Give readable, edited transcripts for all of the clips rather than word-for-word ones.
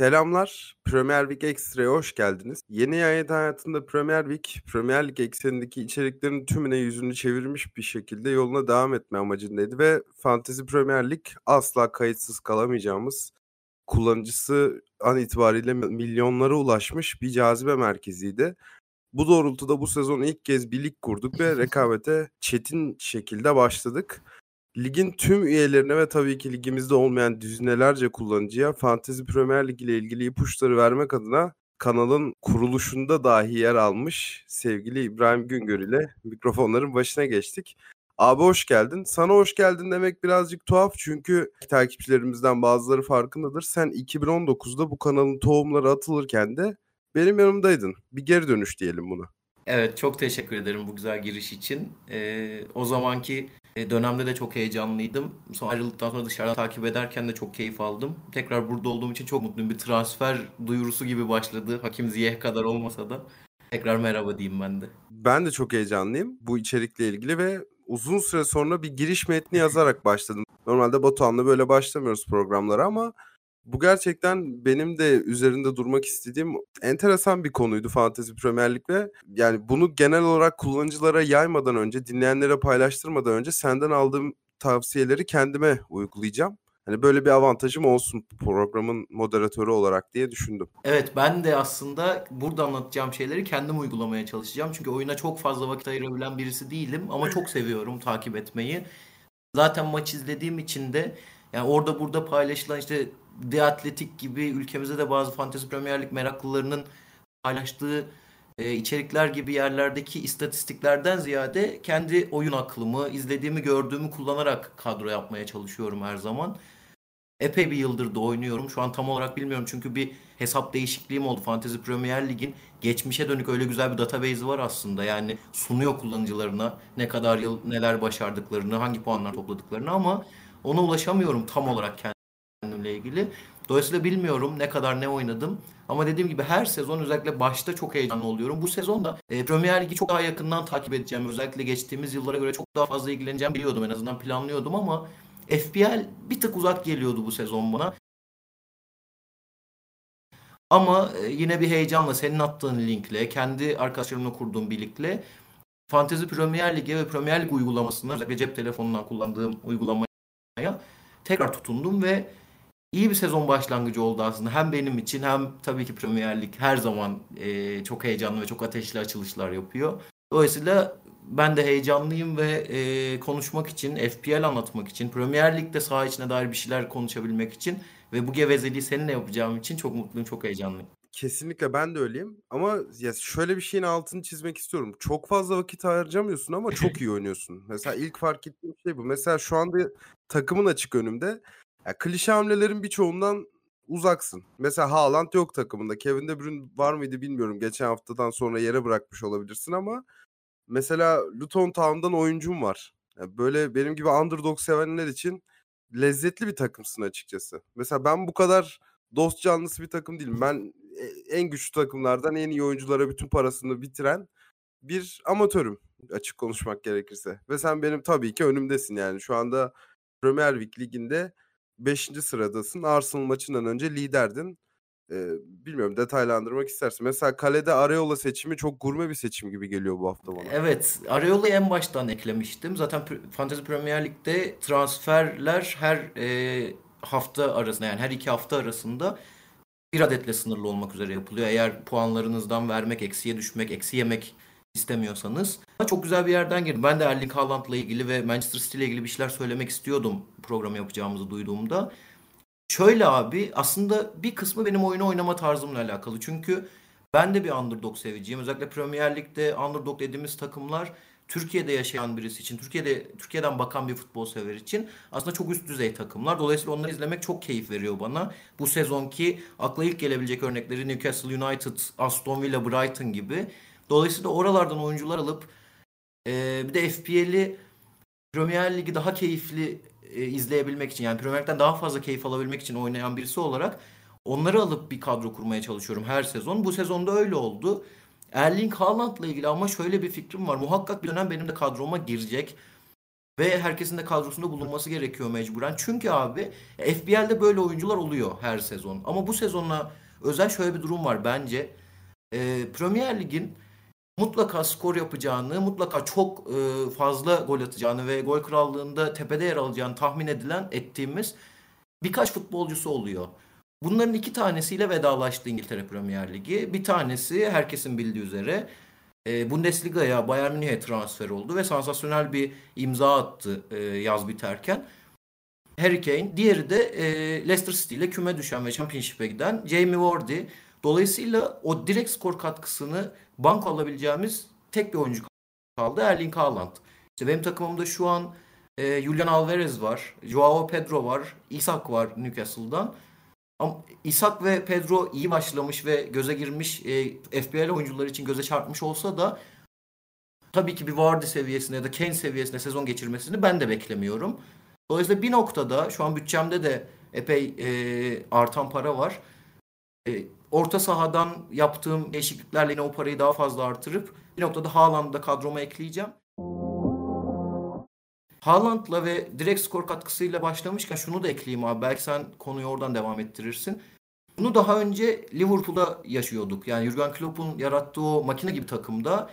Selamlar. Premier Lig Extra'ya hoş geldiniz. Yeni yayın hayatında Premier Lig eksenindeki içeriklerin tümüne yüzünü çevirmiş bir şekilde yoluna devam etme amacındaydı ve Fantasy Premier Lig asla kayıtsız kalamayacağımız, kullanıcısı an itibariyle milyonlara ulaşmış bir cazibe merkeziydi. Bu doğrultuda bu sezon ilk kez bir lig kurduk ve rekabete çetin şekilde başladık. Ligin tüm üyelerine ve tabii ki ligimizde olmayan düzinelerce kullanıcıya Fantasy Premier Lig ile ilgili ipuçları vermek adına kanalın kuruluşunda dahi yer almış sevgili İbrahim Güngör ile mikrofonların başına geçtik. Abi hoş geldin. Sana hoş geldin demek birazcık tuhaf çünkü takipçilerimizden bazıları farkındadır. Sen 2019'da bu kanalın tohumları atılırken de benim yanımdaydın. Bir geri dönüş diyelim buna. Evet, çok teşekkür ederim bu güzel giriş için. O zamanki dönemde de çok heyecanlıydım. Sonra ayrıldıktan sonra dışarıdan takip ederken de çok keyif aldım. Tekrar burada olduğum için çok mutluyum. Bir transfer duyurusu gibi başladı. Hakim Ziyech kadar olmasa da. Tekrar merhaba diyeyim ben de. Ben de çok heyecanlıyım bu içerikle ilgili ve uzun süre sonra bir giriş metni yazarak başladım. Normalde Batuhan'la böyle başlamıyoruz programlara ama bu gerçekten benim de üzerinde durmak istediğim enteresan bir konuydu Fantasy Premier Lig ve yani bunu genel olarak kullanıcılara yaymadan önce, dinleyenlere paylaştırmadan önce senden aldığım tavsiyeleri kendime uygulayacağım. Hani böyle bir avantajım olsun programın moderatörü olarak diye düşündüm. Evet, ben de aslında burada anlatacağım şeyleri kendim uygulamaya çalışacağım. Çünkü oyuna çok fazla vakit ayırabilen birisi değilim ama çok seviyorum takip etmeyi. Zaten maç izlediğim için de yani orada burada paylaşılan işte The Athletic gibi ülkemizde de bazı Fantasy Premier Lig meraklılarının paylaştığı içerikler gibi yerlerdeki istatistiklerden ziyade kendi oyun aklımı, izlediğimi, gördüğümü kullanarak kadro yapmaya çalışıyorum her zaman. Epey bir yıldır da oynuyorum. Şu an tam olarak bilmiyorum çünkü bir hesap değişikliğim oldu. Fantasy Premier Lig'in geçmişe dönük öyle güzel bir database'i var aslında. Yani sunuyor kullanıcılarına ne kadar yıl neler başardıklarını, hangi puanlar topladıklarını ama ona ulaşamıyorum tam olarak kendimle ilgili. Dolayısıyla bilmiyorum ne kadar ne oynadım. Ama dediğim gibi her sezon özellikle başta çok heyecanlı oluyorum. Bu sezon da Premier Lig'i çok daha yakından takip edeceğim. Özellikle geçtiğimiz yıllara göre çok daha fazla ilgileneceğim biliyordum. En azından planlıyordum ama FPL bir tık uzak geliyordu bu sezon bana. Ama yine bir heyecanla senin attığın linkle, kendi arkadaşlarımla kurduğum birlikle Fantasy Premier Lig'e ve Premier Lig uygulamasına, özellikle cep telefonundan kullandığım uygulamaya tekrar tutundum ve iyi bir sezon başlangıcı oldu aslında. Hem benim için hem tabii ki Premier Lig her zaman çok heyecanlı ve çok ateşli açılışlar yapıyor. Dolayısıyla ben de heyecanlıyım ve konuşmak için, FPL anlatmak için, Premier Lig'de saha içine dair bir şeyler konuşabilmek için ve bu gevezeliği seninle yapacağım için çok mutluyum, çok heyecanlıyım. Kesinlikle ben de öyleyim ama ya şöyle bir şeyin altını çizmek istiyorum. Çok fazla vakit harcamıyorsun ama çok iyi oynuyorsun. Mesela ilk fark ettiğim şey bu. Mesela şu anda takımın açık önümde. Ya klişe hamlelerin birçoğundan uzaksın. Mesela Haaland yok takımında. Kevin De Bruyne var mıydı bilmiyorum. Geçen haftadan sonra yere bırakmış olabilirsin ama mesela Luton Town'dan oyuncum var. Ya böyle benim gibi underdog sevenler için lezzetli bir takımsın açıkçası. Mesela ben bu kadar dost canlısı bir takım değilim. Ben en güçlü takımlardan en iyi oyunculara bütün parasını bitiren bir amatörüm açık konuşmak gerekirse. Ve sen benim tabii ki önümdesin yani. Şu anda Premier Lig liginde 5. sıradasın. Arsenal maçından önce liderdin. Bilmiyorum detaylandırmak istersin. Mesela kalede Areola seçimi çok gurme bir seçim gibi geliyor bu hafta bana. Evet, Areola'yı en baştan eklemiştim. Zaten Fantasy Premier Lig'de transferler her hafta arasında yani her iki hafta arasında bir adetle sınırlı olmak üzere yapılıyor. Eğer puanlarınızdan vermek, eksiye düşmek, eksi yemek istemiyorsanız. Ama çok güzel bir yerden girdim. Ben de Erling Haaland'la ilgili ve Manchester City ile ilgili bir şeyler söylemek istiyordum programı yapacağımızı duyduğumda. Şöyle abi aslında bir kısmı benim oyunu oynama tarzımla alakalı. Çünkü ben de bir underdog seviciyim. Özellikle Premier Lig'de underdog dediğimiz takımlar Türkiye'de yaşayan birisi için, Türkiye'den bakan bir futbol sever için aslında çok üst düzey takımlar. Dolayısıyla onları izlemek çok keyif veriyor bana. Bu sezonki akla ilk gelebilecek örnekleri Newcastle United, Aston Villa, Brighton gibi. Dolayısıyla oralardan oyuncular alıp bir de FPL'i Premier Ligi daha keyifli izleyebilmek için yani Premier Lig'den daha fazla keyif alabilmek için oynayan birisi olarak onları alıp bir kadro kurmaya çalışıyorum her sezon. Bu sezonda öyle oldu. Erling Haaland'la ilgili ama şöyle bir fikrim var. Muhakkak bir dönem benim de kadroma girecek. Ve herkesin de kadrosunda bulunması gerekiyor mecburen. Çünkü abi FPL'de böyle oyuncular oluyor her sezon. Ama bu sezonla özel şöyle bir durum var bence. Premier Lig'in mutlaka skor yapacağını, mutlaka çok fazla gol atacağını ve gol krallığında tepede yer alacağını tahmin ettiğimiz birkaç futbolcusu oluyor. Bunların iki tanesiyle vedalaştı İngiltere Premier Ligi. Bir tanesi herkesin bildiği üzere Bundesliga'ya, Bayern Münih'e transfer oldu ve sansasyonel bir imza attı yaz biterken. Harry Kane. Diğeri de Leicester City ile küme düşen ve Championship'e giden Jamie Vardy. Dolayısıyla o direkt skor katkısını banko alabileceğimiz tek bir oyuncu kaldı. Erling Haaland. İşte benim takımımda şu an Julian Alvarez var. Joao Pedro var. Isak var Newcastle'dan. Ama Isak ve Pedro iyi başlamış ve göze girmiş FPL oyuncuları için göze çarpmış olsa da tabii ki bir Vardy seviyesine ya da Kane seviyesine sezon geçirmesini ben de beklemiyorum. Dolayısıyla bir noktada şu an bütçemde de epey artan para var. Orta sahadan yaptığım değişikliklerle yine o parayı daha fazla artırıp bir noktada Haaland'ı da kadroma ekleyeceğim. Haaland'la ve direkt skor katkısıyla başlamışken şunu da ekleyeyim abi. Belki sen konuyu oradan devam ettirirsin. Bunu daha önce Liverpool'da yaşıyorduk. Yani Jurgen Klopp'un yarattığı o makine gibi takımda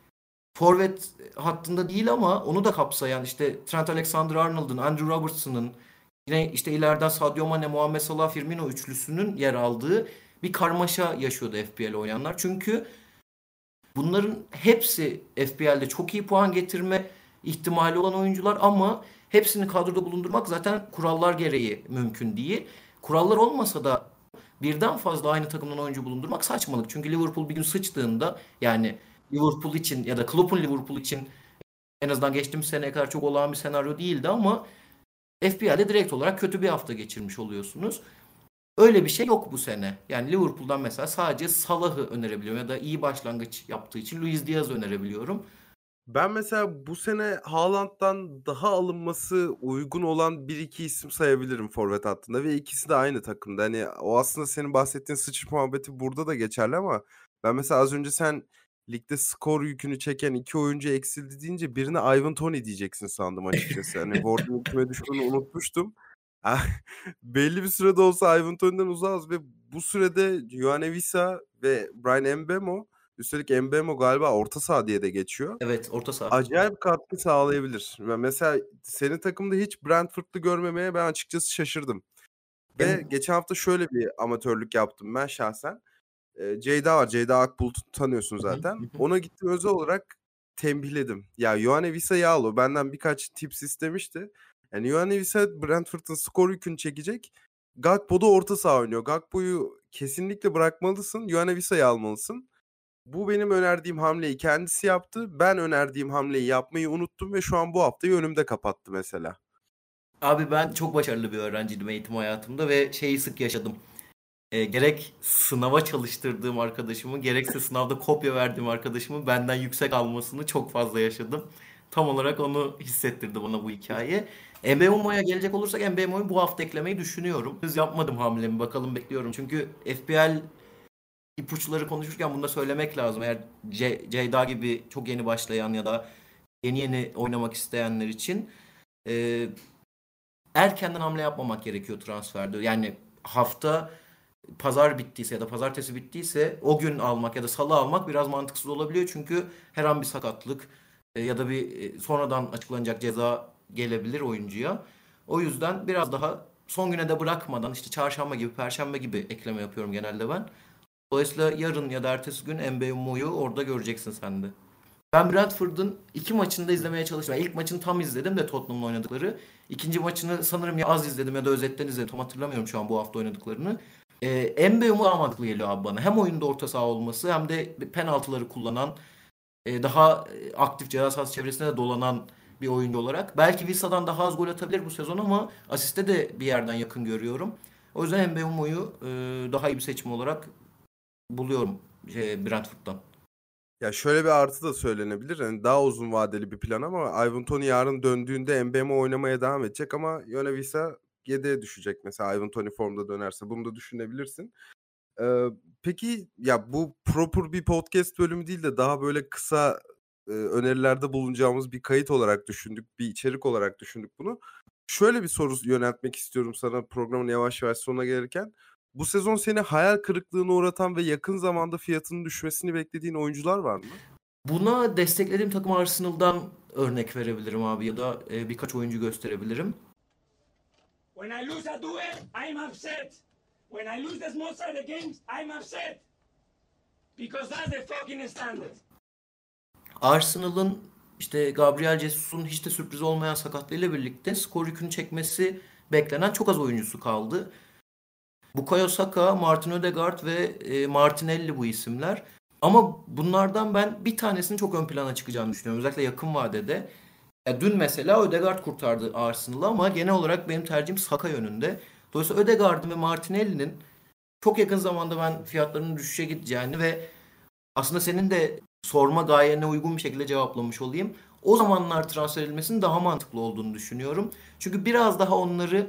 forvet hattında değil ama onu da kapsayan işte Trent Alexander-Arnold'un, Andrew Robertson'ın, yine işte ileriden Sadio Mane, Muhammed Salah, Firmino üçlüsünün yer aldığı bir karmaşa yaşıyordu FPL oynayanlar. Çünkü bunların hepsi FPL'de çok iyi puan getirme ihtimali olan oyuncular ama hepsini kadroda bulundurmak zaten kurallar gereği mümkün değil. Kurallar olmasa da birden fazla aynı takımdan oyuncu bulundurmak saçmalık. Çünkü Liverpool bir gün sıçtığında, yani Liverpool için ya da Klopp'un Liverpool için en azından geçtiğimiz seneye kadar çok olağan bir senaryo değildi ama FPL'de direkt olarak kötü bir hafta geçirmiş oluyorsunuz. Öyle bir şey yok bu sene. Yani Liverpool'dan mesela sadece Salah'ı önerebiliyorum ya da iyi başlangıç yaptığı için Luis Diaz'ı önerebiliyorum. Ben mesela bu sene Haaland'dan daha alınması uygun olan bir iki isim sayabilirim forvet hattında ve ikisi de aynı takımda. Hani o aslında senin bahsettiğin sıçış muhabbeti burada da geçerli ama ben mesela az önce sen ligde skor yükünü çeken iki oyuncu eksildi deyince birine Ivan Toney diyeceksin sandım açıkçası. Hani Ward'un küme düştüğünü unutmuştum. Belli bir sürede olsa Ivan Toney'den uzağız ve bu sürede Yoane Wissa ve Bryan Mbeumo, üstelik Mbeumo galiba orta saha diye de geçiyor, Evet, orta saha. acayip katkı sağlayabilir. Ve mesela senin takımda hiç Brentford'lu görmemeye ben açıkçası şaşırdım. Ve Hem geçen hafta şöyle bir amatörlük yaptım ben şahsen. Ceyda var. Ceyda Akbulut'u tanıyorsun Hı hı, hı zaten. hı. Ona gittim özel olarak tembihledim. Ya Yoane Wissa'yı al o. Benden birkaç tips istemişti. Yani Yoane Wissa Brentford'un skor yükünü çekecek. Gakpo da orta saha oynuyor. Gakpo'yu kesinlikle bırakmalısın. Yoane Wissa'yı almalısın. Bu benim önerdiğim hamleyi kendisi yaptı. Ben önerdiğim hamleyi yapmayı unuttum ve şu an bu haftayı önümde kapattı mesela. Abi ben çok başarılı bir öğrenciydim eğitim hayatımda ve şeyi sık yaşadım. Gerek sınava çalıştırdığım arkadaşımı, gerekse sınavda kopya verdiğim arkadaşımı benden yüksek almasını çok fazla yaşadım. Tam olarak onu hissettirdi bana bu hikaye. Mbeumo'ya gelecek olursak Mbeumo'yu bu hafta eklemeyi düşünüyorum. Henüz yapmadım hamlemi, bakalım, bekliyorum. Çünkü FPL ipuçları konuşurken bunu da söylemek lazım. Eğer Ceyda gibi çok yeni başlayan ya da yeni yeni oynamak isteyenler için e, erkenden hamle yapmamak gerekiyor transferde. Yani hafta pazar bittiyse ya da pazartesi bittiyse o gün almak ya da salı almak biraz mantıksız olabiliyor. Çünkü her an bir sakatlık ya da bir sonradan açıklanacak ceza gelebilir oyuncuya. O yüzden biraz daha son güne de bırakmadan işte çarşamba gibi, perşembe gibi ekleme yapıyorum genelde ben. Dolayısıyla yarın ya da ertesi gün Mbeumo'yu orada göreceksin sen de. Ben Brentford'un iki maçını da izlemeye çalıştım. Yani İlk maçını tam izledim de Tottenham'la oynadıkları. İkinci maçını sanırım ya az izledim ya da özetten izledim. Tam hatırlamıyorum şu an bu hafta oynadıklarını. Mbeumo daha mantıklı geliyor abi bana. Hem oyunda orta saha olması hem de penaltıları kullanan, daha aktif ceza sahası çevresinde de dolanan bir oyuncu olarak. Belki Vissa'dan daha az gol atabilir bu sezon ama asiste de bir yerden yakın görüyorum. O yüzden Mbeumo'yu daha iyi bir seçim olarak buluyorum Brentford'dan. Ya şöyle bir artı da söylenebilir. Hani daha uzun vadeli bir plan ama Ivan Toney yarın döndüğünde Mbeumo oynamaya devam edecek ama Yoane Wissa yedeğe düşecek mesela Ivan Toney formda dönerse. Bunu da düşünebilirsin. Peki ya bu proper bir podcast bölümü değil de daha böyle kısa önerilerde bulunacağımız bir kayıt olarak düşündük, bir içerik olarak düşündük bunu. Şöyle bir soru yöneltmek istiyorum sana programın yavaş yavaş sonuna gelirken. Bu sezon seni hayal kırıklığına uğratan ve yakın zamanda fiyatının düşmesini beklediğin oyuncular var mı? Buna desteklediğim takım Arsenal'dan örnek verebilirim abi ya da birkaç oyuncu gösterebilirim. When I lose a duel, I'm upset. When I lose the small sided games, I'm upset. Because that's the fucking standard. Arsenal'ın işte Gabriel Jesus'un hiç de sürpriz olmayan sakatlığıyla birlikte skor yükünü çekmesi beklenen çok az oyuncusu kaldı. Bukayo Saka, Martin Ødegaard ve Martinelli bu isimler. Ama bunlardan ben bir tanesinin çok ön plana çıkacağını düşünüyorum. Özellikle yakın vadede. Dün mesela Ødegaard kurtardı Arsenal'ı ama genel olarak benim tercihim Saka yönünde. Dolayısıyla Ødegaard'ın ve Martinelli'nin çok yakın zamanda ben fiyatlarının düşüşe gideceğini ve aslında senin de sorma gayene uygun bir şekilde cevaplamış olayım. O zamanlar transfer edilmesinin daha mantıklı olduğunu düşünüyorum. Çünkü biraz daha onları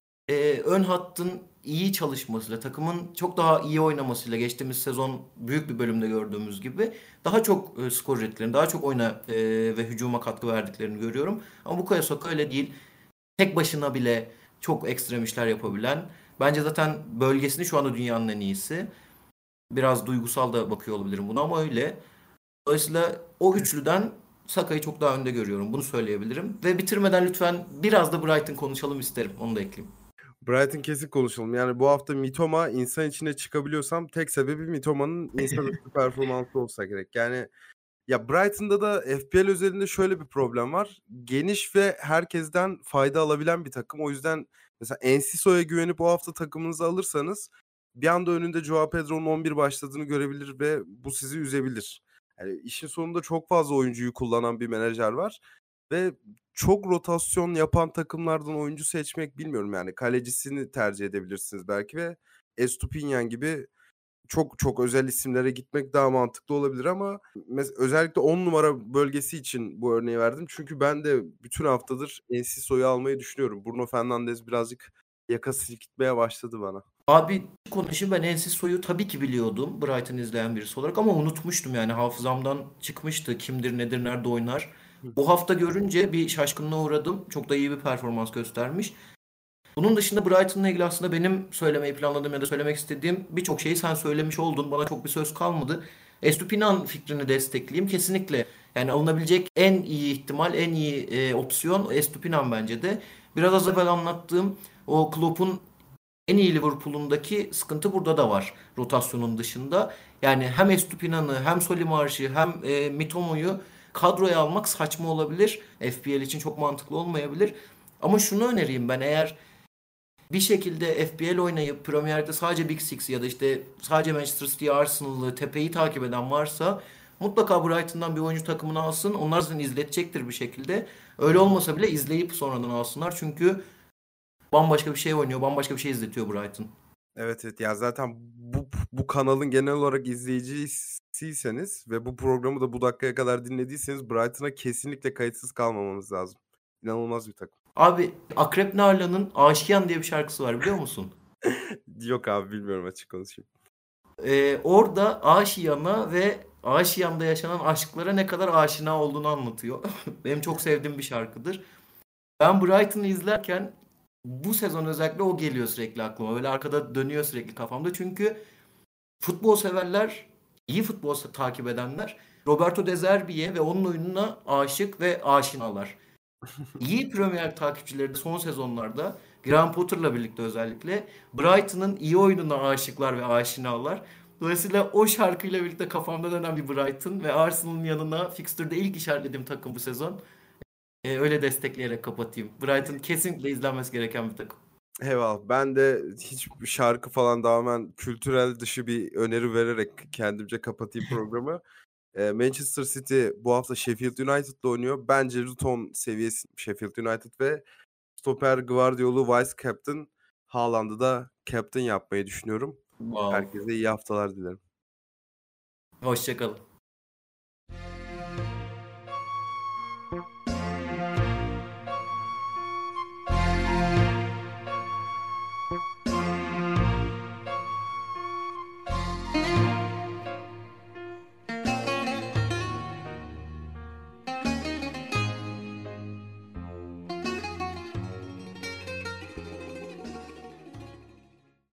ön hattın iyi çalışmasıyla, takımın çok daha iyi oynamasıyla geçtiğimiz sezon büyük bir bölümde gördüğümüz gibi daha çok skor ürettiklerini, daha çok oyuna ve hücuma katkı verdiklerini görüyorum. Ama Bukayo Saka öyle değil. Tek başına bile çok ekstrem işler yapabilen. Bence zaten bölgesini şu anda dünyanın en iyisi. Biraz duygusal da bakıyor olabilirim buna ama öyle. Dolayısıyla o üçlüden Saka'yı çok daha önde görüyorum. Bunu söyleyebilirim. Ve bitirmeden lütfen biraz da Brighton konuşalım isterim. Onu da ekleyeyim. Brighton kesin konuşalım. Yani bu hafta Mitoma insan içine çıkabiliyorsam tek sebebi Mitoma'nın insanüstü performansı olsa gerek. Yani ya Brighton'da da FPL özelinde şöyle bir problem var. Geniş ve herkesten fayda alabilen bir takım. O yüzden mesela Enciso'ya güvenip o hafta takımınızı alırsanız bir anda önünde Joao Pedro'nun 11 başladığını görebilir ve bu sizi üzebilir. Yani işin sonunda çok fazla oyuncuyu kullanan bir menajer var ve çok rotasyon yapan takımlardan oyuncu seçmek bilmiyorum yani. Kalecisini tercih edebilirsiniz belki ve Estupiñán gibi çok çok özel isimlere gitmek daha mantıklı olabilir ama özellikle 10 numara bölgesi için bu örneği verdim. Çünkü ben de bütün haftadır Enciso'yu almayı düşünüyorum. Bruno Fernandes birazcık yaka silkitmeye başladı bana. Abi konuşayım ben Enciso'yu tabii ki biliyordum Brighton izleyen birisi olarak ama unutmuştum yani hafızamdan çıkmıştı. Kimdir, nedir, nerede oynar. Bu hafta görünce bir şaşkınlığa uğradım. Çok da iyi bir performans göstermiş. Bunun dışında Brighton'la ilgili aslında benim söylemeyi planladığım ya da söylemek istediğim birçok şeyi sen söylemiş oldun. Bana çok bir söz kalmadı. Estupiñán fikrini destekleyeyim. Kesinlikle yani alınabilecek en iyi ihtimal, en iyi opsiyon Estupiñán bence de. Biraz az evvel anlattığım o Klopp'un en iyi Liverpool'undaki sıkıntı burada da var rotasyonun dışında. Yani hem Estupiñán'ı hem Solimarch'ı hem Mitoma'yı kadroya almak saçma olabilir. FPL için çok mantıklı olmayabilir. Ama şunu önereyim ben eğer bir şekilde FPL oynayıp Premier Lig'de sadece Big Six ya da işte sadece Manchester City, Arsenal'ı, Tepe'yi takip eden varsa mutlaka Brighton'dan bir oyuncu takımını alsın. Onlar zaten izletecektir bir şekilde. Öyle olmasa bile izleyip sonradan alsınlar. Çünkü bambaşka bir şey oynuyor, bambaşka bir şey izletiyor Brighton. Evet evet ya zaten bu kanalın genel olarak izleyicisiyseniz ve bu programı da bu dakikaya kadar dinlediyseniz Brighton'a kesinlikle kayıtsız kalmamanız lazım. İnanılmaz bir takım. Abi Akrep Narlan'ın Aşiyan diye bir şarkısı var biliyor musun? Yok abi bilmiyorum açık konuşayım. Orada Aşiyan'a ve Aşiyan'da yaşanan aşklara ne kadar aşina olduğunu anlatıyor. Benim çok sevdiğim bir şarkıdır. Ben Brighton'ı izlerken bu sezon özellikle o geliyor sürekli aklıma. Böyle arkada dönüyor sürekli kafamda. Çünkü futbol severler, iyi futbol takip edenler Roberto De Zerbi'ye ve onun oyununa aşık ve aşinalar. İyi Premier Lig takipçileri de son sezonlarda Graham Potter'la birlikte özellikle Brighton'ın iyi oyununa aşıklar ve aşinalar. Dolayısıyla o şarkıyla birlikte kafamda dönen bir Brighton ve Arsenal'ın yanına fikstürde ilk işaretlediğim takım bu sezon. Öyle destekleyerek kapatayım. Brighton kesinlikle izlenmesi gereken bir takım. Eyvallah. Ben de hiç şarkı falan tamamen kültürel dışı bir öneri vererek kendimce kapatayım programı. Manchester City bu hafta Sheffield United'la oynuyor. Bence Luton seviyesi Sheffield United ve stoper Guardiola'yı vice captain, Haaland'ı da captain yapmayı düşünüyorum. Wow. Herkese iyi haftalar dilerim. Hoşçakalın.